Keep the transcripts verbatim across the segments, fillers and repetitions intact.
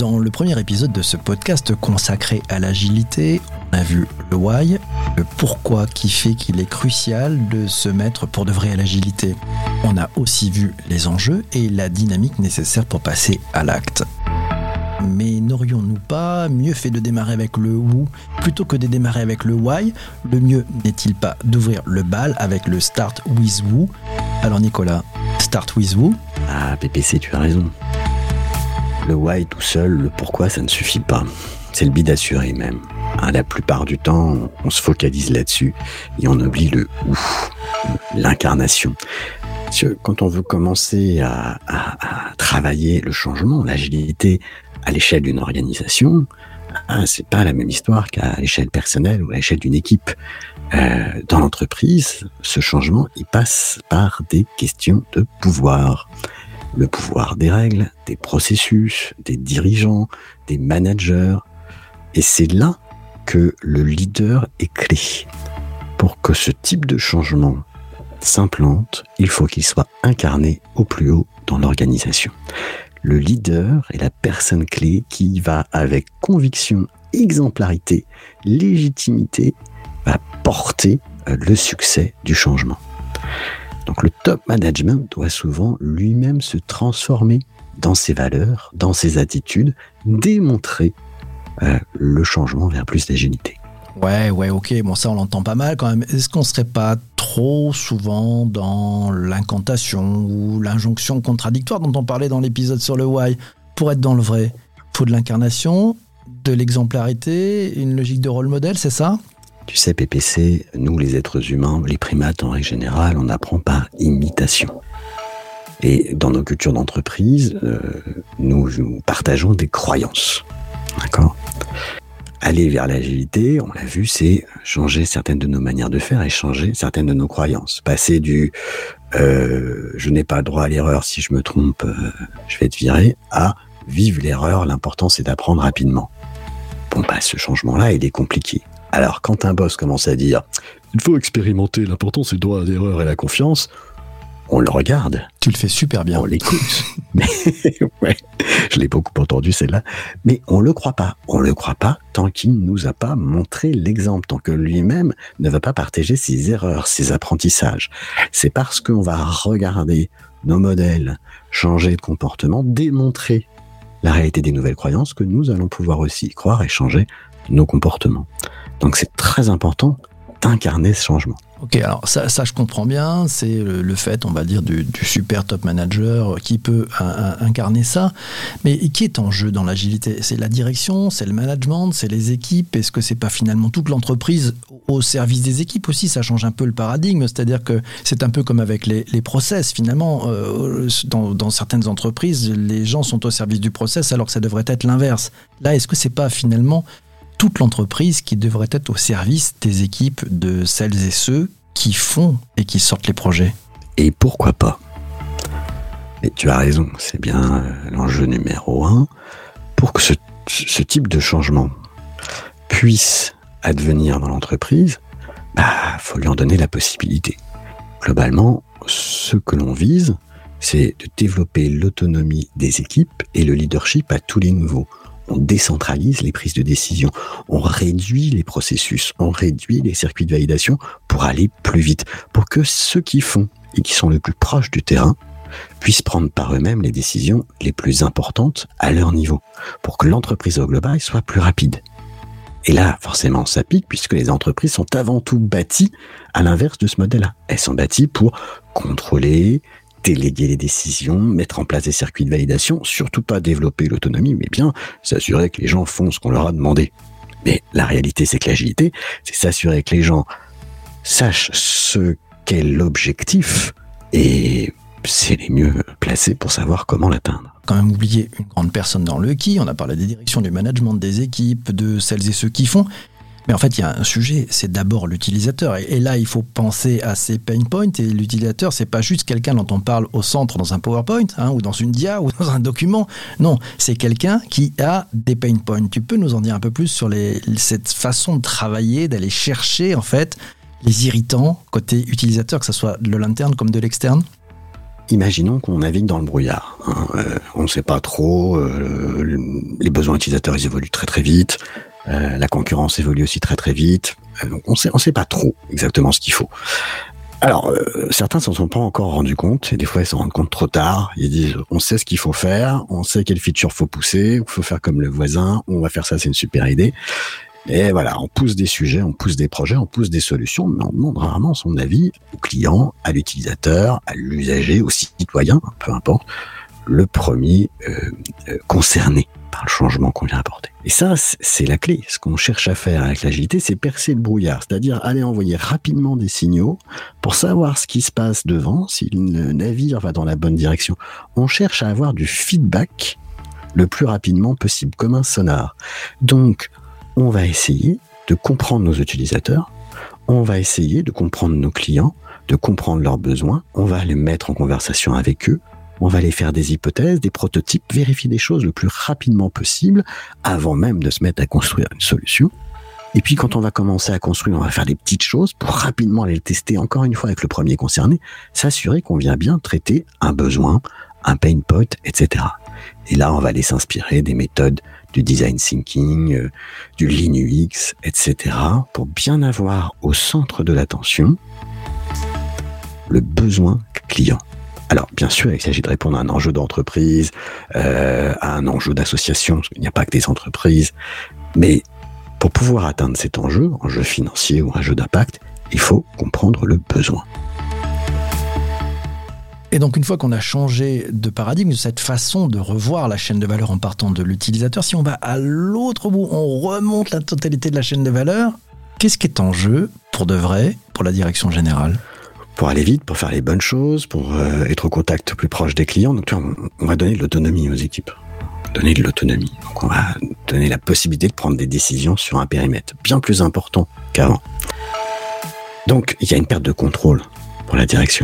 Dans le premier épisode de ce podcast consacré à l'agilité, on a vu le why, le pourquoi qui fait qu'il est crucial de se mettre pour de vrai à l'agilité. On a aussi vu les enjeux et la dynamique nécessaire pour passer à l'acte. Mais n'aurions-nous pas mieux fait de démarrer avec le who plutôt que de démarrer avec le why? Le mieux n'est-il pas d'ouvrir le bal avec le start with who? Alors Nicolas, start with who? Ah, P P C, tu as raison. Le why tout seul, le pourquoi, ça ne suffit pas. C'est le bid assuré même. Hein, la plupart du temps, on se focalise là-dessus et on oublie le où, l'incarnation. Parce que quand on veut commencer à, à, à travailler le changement, l'agilité à l'échelle d'une organisation, hein, c'est pas la même histoire qu'à l'échelle personnelle ou à l'échelle d'une équipe. Euh, dans l'entreprise, ce changement, il passe par des questions de pouvoir. Le pouvoir des règles, des processus, des dirigeants, des managers. Et c'est là que le leader est clé. Pour que ce type de changement s'implante, il faut qu'il soit incarné au plus haut dans l'organisation. Le leader est la personne clé qui va, avec conviction, exemplarité, légitimité, va porter le succès du changement. Donc le top management doit souvent lui-même se transformer dans ses valeurs, dans ses attitudes, démontrer euh, le changement vers plus d'agilité. Ouais, ouais, ok, bon ça on l'entend pas mal quand même. Est-ce qu'on serait pas trop souvent dans l'incantation ou l'injonction contradictoire dont on parlait dans l'épisode sur le why? Pour être dans le vrai, il faut de l'incarnation, de l'exemplarité, une logique de rôle modèle, c'est ça? Tu sais, P P C, nous les êtres humains, les primates en règle générale, on apprend par imitation. Et dans nos cultures d'entreprise, euh, nous, nous partageons des croyances. D'accord ? Aller vers l'agilité, on l'a vu, c'est changer certaines de nos manières de faire et changer certaines de nos croyances. Passer du euh, « je n'ai pas le droit à l'erreur, si je me trompe, euh, je vais être viré » à « vive l'erreur, l'important c'est d'apprendre rapidement ». Bon, bah, ce changement-là, il est compliqué. Alors, quand un boss commence à dire « il faut expérimenter, l'important c'est le droit à l'erreur et la confiance », on le regarde. Tu le fais super bien. On l'écoute. Mais, ouais, je l'ai beaucoup entendu celle-là. Mais on le croit pas. On le croit pas tant qu'il ne nous a pas montré l'exemple, tant que lui-même ne va pas partager ses erreurs, ses apprentissages. C'est parce qu'on va regarder nos modèles, changer de comportement, démontrer la réalité des nouvelles croyances que nous allons pouvoir aussi y croire et changer nos comportements. Donc c'est très important d'incarner ce changement. Ok, alors ça, ça je comprends bien, c'est le, le fait, on va dire, du, du super top manager qui peut un, un, incarner ça, mais qui est en jeu dans l'agilité? C'est la direction, c'est le management, c'est les équipes? Est-ce que c'est pas finalement toute l'entreprise au service des équipes aussi? Ça change un peu le paradigme, c'est-à-dire que c'est un peu comme avec les, les process finalement, euh, dans, dans certaines entreprises, les gens sont au service du process alors que ça devrait être l'inverse. Là, est-ce que c'est pas finalement toute l'entreprise qui devrait être au service des équipes, de celles et ceux qui font et qui sortent les projets? Et pourquoi pas? Et tu as raison, c'est bien l'enjeu numéro un. Pour que ce, ce type de changement puisse advenir dans l'entreprise, bah, faut lui en donner la possibilité. Globalement, ce que l'on vise, c'est de développer l'autonomie des équipes et le leadership à tous les niveaux. On décentralise les prises de décision, on réduit les processus, on réduit les circuits de validation pour aller plus vite, pour que ceux qui font et qui sont le plus proches du terrain puissent prendre par eux-mêmes les décisions les plus importantes à leur niveau, pour que l'entreprise au global soit plus rapide. Et là, forcément, ça pique, puisque les entreprises sont avant tout bâties à l'inverse de ce modèle-là. Elles sont bâties pour contrôler, déléguer les décisions, mettre en place des circuits de validation, surtout pas développer l'autonomie, mais bien s'assurer que les gens font ce qu'on leur a demandé. Mais la réalité, c'est que l'agilité, c'est s'assurer que les gens sachent ce qu'est l'objectif et c'est les mieux placés pour savoir comment l'atteindre. Quand même oublier une grande personne dans le qui, on a parlé des directions, du management, des équipes, de celles et ceux qui font. Mais en fait, il y a un sujet, c'est d'abord l'utilisateur. Et, et là, il faut penser à ses pain points. Et l'utilisateur, c'est pas juste quelqu'un dont on parle au centre dans un PowerPoint, hein, ou dans une dia, ou dans un document. Non, c'est quelqu'un qui a des pain points. Tu peux nous en dire un peu plus sur les, cette façon de travailler, d'aller chercher, en fait, les irritants côté utilisateur, que ce soit de l'interne comme de l'externe? imaginons qu'on navigue dans le brouillard. Hein, euh, on ne sait pas trop, euh, les besoins utilisateurs ils évoluent très très vite, euh, la concurrence évolue aussi très très vite, euh, donc on sait, on sait pas trop exactement ce qu'il faut. Alors, euh, certains ne s'en sont pas encore rendus compte, et des fois ils s'en rendent compte trop tard. Ils disent, on sait ce qu'il faut faire, on sait quelle feature faut pousser, il faut faire comme le voisin, on va faire ça, c'est une super idée. Et voilà, on pousse des sujets, on pousse des projets, on pousse des solutions, mais on demande rarement son avis au client, à l'utilisateur, à l'usager, au citoyen, peu importe, le premier euh, euh, concerné par le changement qu'on vient apporter. Et ça, c'est la clé. Ce qu'on cherche à faire avec l'agilité, c'est percer le brouillard, c'est-à-dire aller envoyer rapidement des signaux pour savoir ce qui se passe devant, si le navire va dans la bonne direction. On cherche à avoir du feedback le plus rapidement possible, comme un sonar. Donc, on va essayer de comprendre nos utilisateurs, on va essayer de comprendre nos clients, de comprendre leurs besoins, on va les mettre en conversation avec eux, on va aller faire des hypothèses, des prototypes, vérifier des choses le plus rapidement possible avant même de se mettre à construire une solution. Et puis quand on va commencer à construire, on va faire des petites choses pour rapidement aller le tester encore une fois avec le premier concerné, s'assurer qu'on vient bien traiter un besoin, un pain point, et cetera. Et là, on va aller s'inspirer des méthodes du design thinking, euh, du Lean U X, et cetera, pour bien avoir au centre de l'attention le besoin client. Alors, bien sûr, il s'agit de répondre à un enjeu d'entreprise, euh, à un enjeu d'association, parce qu'il n'y a pas que des entreprises, mais pour pouvoir atteindre cet enjeu, enjeu financier ou enjeu d'impact, il faut comprendre le besoin. Et donc, une fois qu'on a changé de paradigme, de cette façon de revoir la chaîne de valeur en partant de l'utilisateur, si on va à l'autre bout, on remonte la totalité de la chaîne de valeur, qu'est-ce qui est en jeu, pour de vrai, pour la direction générale ? Pour aller vite, pour faire les bonnes choses, pour euh, être au contact plus proche des clients. Donc, tu vois, on, on va donner de l'autonomie aux équipes. Donner de l'autonomie. Donc, on va donner la possibilité de prendre des décisions sur un périmètre bien plus important qu'avant. Donc, il y a une perte de contrôle pour la direction.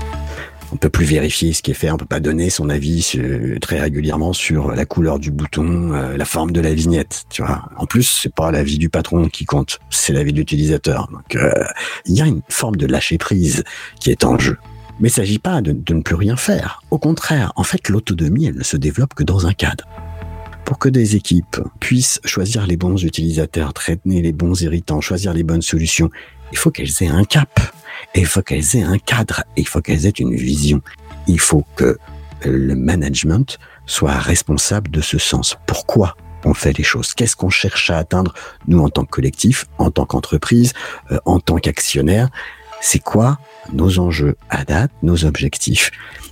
On peut plus vérifier ce qui est fait, on peut pas donner son avis euh, très régulièrement sur la couleur du bouton, euh, la forme de la vignette, tu vois. En plus, c'est pas l'avis du patron qui compte, c'est l'avis de l'utilisateur. Donc, euh, il y a une forme de lâcher prise qui est en jeu. Mais il s'agit pas de, de ne plus rien faire. Au contraire, en fait, l'autonomie, elle ne se développe que dans un cadre. Pour que des équipes puissent choisir les bons utilisateurs, traiter les bons irritants, choisir les bonnes solutions, il faut qu'elles aient un cap. Et il faut qu'elles aient un cadre, et il faut qu'elles aient une vision. Il faut que le management soit responsable de ce sens. Pourquoi on fait les choses? Qu'est-ce qu'on cherche à atteindre, nous, en tant que collectif, en tant qu'entreprise, euh, en tant qu'actionnaire? C'est quoi nos enjeux à date, nos objectifs?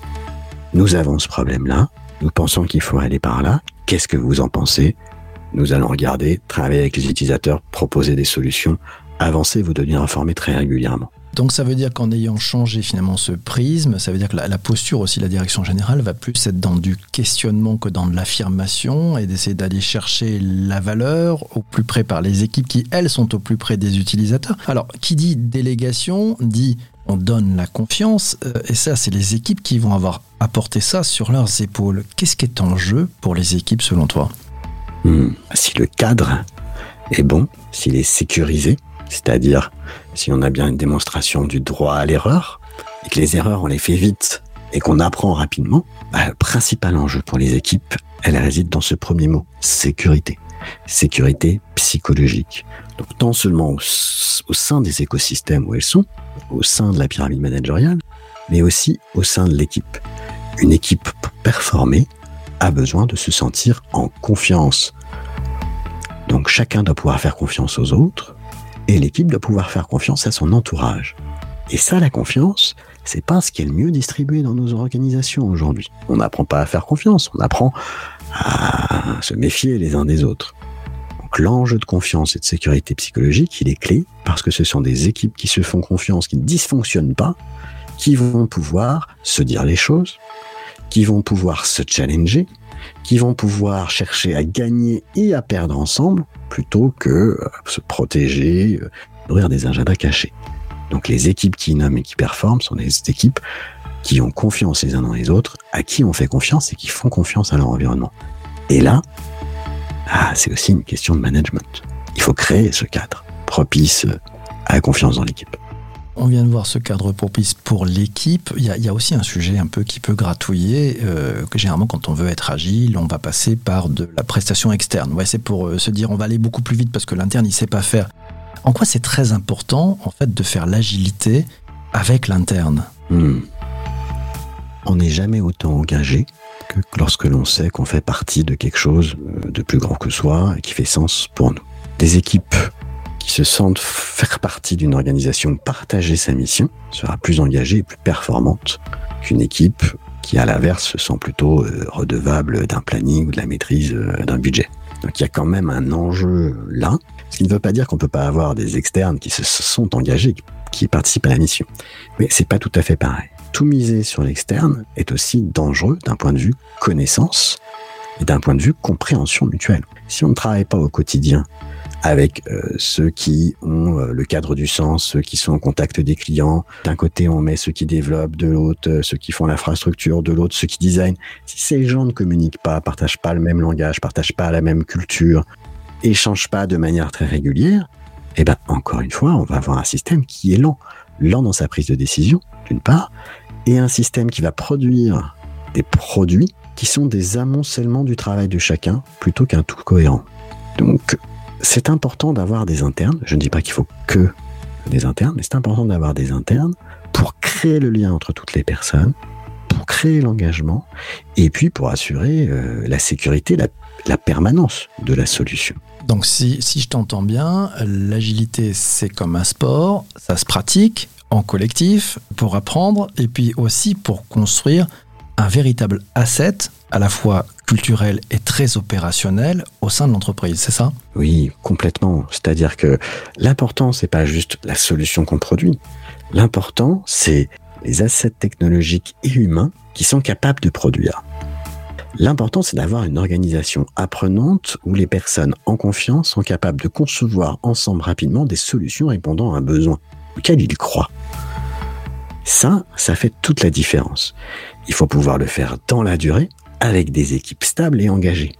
Nous avons ce problème-là, nous pensons qu'il faut aller par là. Qu'est-ce que vous en pensez? Nous allons regarder, travailler avec les utilisateurs, proposer des solutions, avancer, vous devenir informé très régulièrement. Donc ça veut dire qu'en ayant changé finalement ce prisme, ça veut dire que la, la posture aussi de la direction générale va plus être dans du questionnement que dans de l'affirmation et d'essayer d'aller chercher la valeur au plus près par les équipes qui, elles, sont au plus près des utilisateurs. Alors, qui dit délégation, dit on donne la confiance euh, et ça, c'est les équipes qui vont avoir apporté ça sur leurs épaules. Qu'est-ce qui est en jeu pour les équipes selon toi ? hmm. Si le cadre est bon, s'il est sécurisé, c'est-à-dire si on a bien une démonstration du droit à l'erreur, et que les erreurs, on les fait vite, et qu'on apprend rapidement, bah, le principal enjeu pour les équipes, elle réside dans ce premier mot, sécurité. Sécurité psychologique. Donc non seulement au, au sein des écosystèmes où elles sont, au sein de la pyramide managériale, mais aussi au sein de l'équipe. Une équipe pour performer a besoin de se sentir en confiance. Donc chacun doit pouvoir faire confiance aux autres, et l'équipe doit pouvoir faire confiance à son entourage. Et ça, la confiance, c'est pas ce qui est le mieux distribué dans nos organisations aujourd'hui. On n'apprend pas à faire confiance, on apprend à se méfier les uns des autres. Donc l'enjeu de confiance et de sécurité psychologique, il est clé, parce que ce sont des équipes qui se font confiance, qui ne dysfonctionnent pas, qui vont pouvoir se dire les choses, qui vont pouvoir se challenger, qui vont pouvoir chercher à gagner et à perdre ensemble, plutôt que euh, se protéger, euh, nourrir des agendas cachés. Donc les équipes qui innovent et qui performent sont des équipes qui ont confiance les uns dans les autres, à qui on fait confiance et qui font confiance à leur environnement. Et là, ah, c'est aussi une question de management. Il faut créer ce cadre propice à la confiance dans l'équipe. on vient de voir ce cadre propice pour l'équipe. Il y a, il y a aussi un sujet un peu qui peut gratouiller, euh, que généralement quand on veut être agile, on va passer par de la prestation externe. Ouais, c'est pour euh, se dire on va aller beaucoup plus vite parce que l'interne il sait pas faire. En quoi c'est très important en fait de faire l'agilité avec l'interne? hmm. On n'est jamais autant engagé que lorsque l'on sait qu'on fait partie de quelque chose de plus grand que soi et qui fait sens pour nous. Des équipes qui se sentent faire partie d'une organisation, partager sa mission, sera plus engagée et plus performante qu'une équipe qui, à l'inverse, se sent plutôt euh, redevable d'un planning ou de la maîtrise euh, d'un budget. Donc il y a quand même un enjeu là, ce qui ne veut pas dire qu'on ne peut pas avoir des externes qui se sont engagés, qui participent à la mission. Mais c'est pas tout à fait pareil. Tout miser sur l'externe est aussi dangereux d'un point de vue connaissance et d'un point de vue compréhension mutuelle. Si on ne travaille pas au quotidien avec euh, ceux qui ont euh, le cadre du sens, ceux qui sont en contact des clients. D'un côté, on met ceux qui développent, de l'autre, euh, ceux qui font l'infrastructure, de l'autre, ceux qui designent. Si ces gens ne communiquent pas, partagent pas le même langage, partagent pas la même culture, échangent pas de manière très régulière, eh ben, encore une fois, on va avoir un système qui est lent. Lent dans sa prise de décision, d'une part, et un système qui va produire des produits qui sont des amoncellements du travail de chacun, plutôt qu'un tout cohérent. Donc, c'est important d'avoir des internes. Je ne dis pas qu'il faut que des internes, mais c'est important d'avoir des internes pour créer le lien entre toutes les personnes, pour créer l'engagement, et puis pour assurer euh, la sécurité, la, la permanence de la solution. Donc si, si je t'entends bien, l'agilité c'est comme un sport, ça se pratique en collectif pour apprendre, et puis aussi pour construire un véritable asset, à la fois culturel et très opérationnel au sein de l'entreprise, c'est ça? Oui, complètement. C'est-à-dire que l'important, c'est pas juste la solution qu'on produit. L'important, c'est les assets technologiques et humains qui sont capables de produire. L'important, c'est d'avoir une organisation apprenante où les personnes en confiance sont capables de concevoir ensemble rapidement des solutions répondant à un besoin auquel ils croient. Ça, ça fait toute la différence. Il faut pouvoir le faire dans la durée, avec des équipes stables et engagées.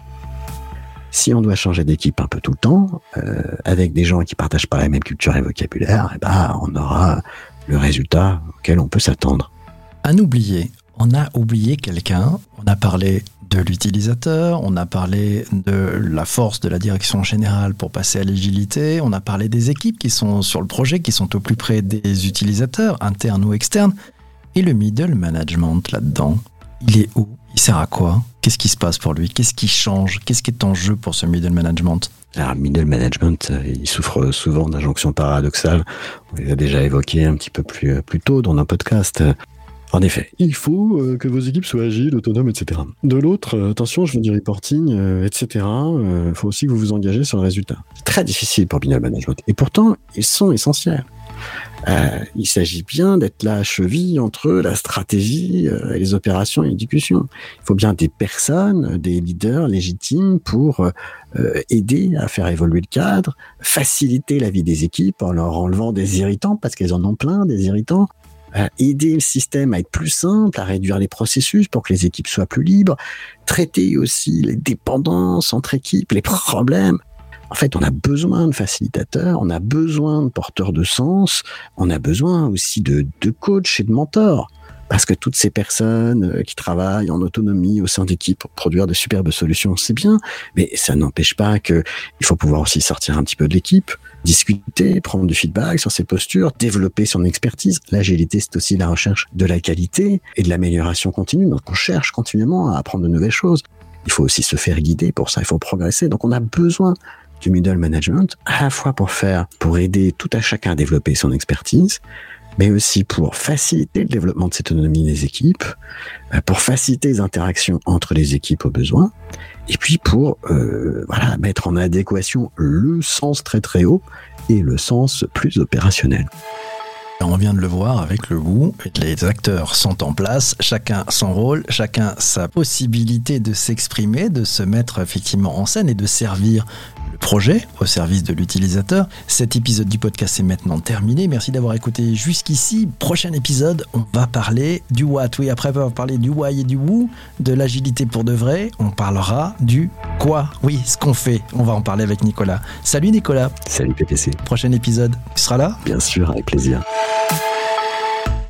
Si on doit changer d'équipe un peu tout le temps, euh, avec des gens qui partagent pas la même culture et vocabulaire, eh ben, on aura le résultat auquel on peut s'attendre. Un oublié. On a oublié quelqu'un. On a parlé de l'utilisateur, on a parlé de la force de la direction générale pour passer à l'agilité, on a parlé des équipes qui sont sur le projet, qui sont au plus près des utilisateurs, internes ou externes. Et le middle management là-dedans, il est où? Il sert à quoi? Qu'est-ce qui se passe pour lui? Qu'est-ce qui change? Qu'est-ce qui est en jeu pour ce middle management? Alors, middle management, il souffre souvent d'injonctions paradoxales. On les a déjà évoquées un petit peu plus, plus tôt dans nos podcasts. En effet, il faut que vos équipes soient agiles, autonomes, et cetera. De l'autre, attention, je veux du reporting, et cetera. Il faut aussi que vous vous engagez sur le résultat. C'est très difficile pour middle management. Et pourtant, ils sont essentiels. Euh, il s'agit bien d'être la cheville entre la stratégie euh, et les opérations et l'exécution. Il faut bien des personnes, des leaders légitimes pour euh, aider à faire évoluer le cadre, faciliter la vie des équipes en leur enlevant des irritants, parce qu'elles en ont plein, des irritants, euh, aider le système à être plus simple, à réduire les processus pour que les équipes soient plus libres, traiter aussi les dépendances entre équipes, les problèmes. En fait, on a besoin de facilitateurs, on a besoin de porteurs de sens, on a besoin aussi de, de coachs et de mentors. Parce que toutes ces personnes qui travaillent en autonomie au sein d'équipes pour produire de superbes solutions, c'est bien, mais ça n'empêche pas qu'il faut pouvoir aussi sortir un petit peu de l'équipe, discuter, prendre du feedback sur ses postures, développer son expertise. L'agilité, c'est aussi la recherche de la qualité et de l'amélioration continue. Donc, on cherche continuellement à apprendre de nouvelles choses. Il faut aussi se faire guider pour ça, il faut progresser. Donc, on a besoin du middle management, à la fois pour faire, pour aider tout à chacun à développer son expertise, mais aussi pour faciliter le développement de cette autonomie des équipes, pour faciliter les interactions entre les équipes au besoin, et puis pour euh, voilà, mettre en adéquation le sens très très haut et le sens plus opérationnel. On vient de le voir avec le bout, les acteurs sont en place, chacun son rôle, chacun sa possibilité de s'exprimer, de se mettre effectivement en scène et de servir le projet au service de l'utilisateur. Cet épisode du podcast est maintenant terminé. Merci d'avoir écouté jusqu'ici. Prochain épisode, on va parler du what. Oui, après avoir parlé du why et du who, de l'agilité pour de vrai, on parlera du quoi. Oui, ce qu'on fait. On va en parler avec Nicolas. Salut Nicolas. Salut P P C. Prochain épisode, tu seras là ? Bien sûr, avec plaisir.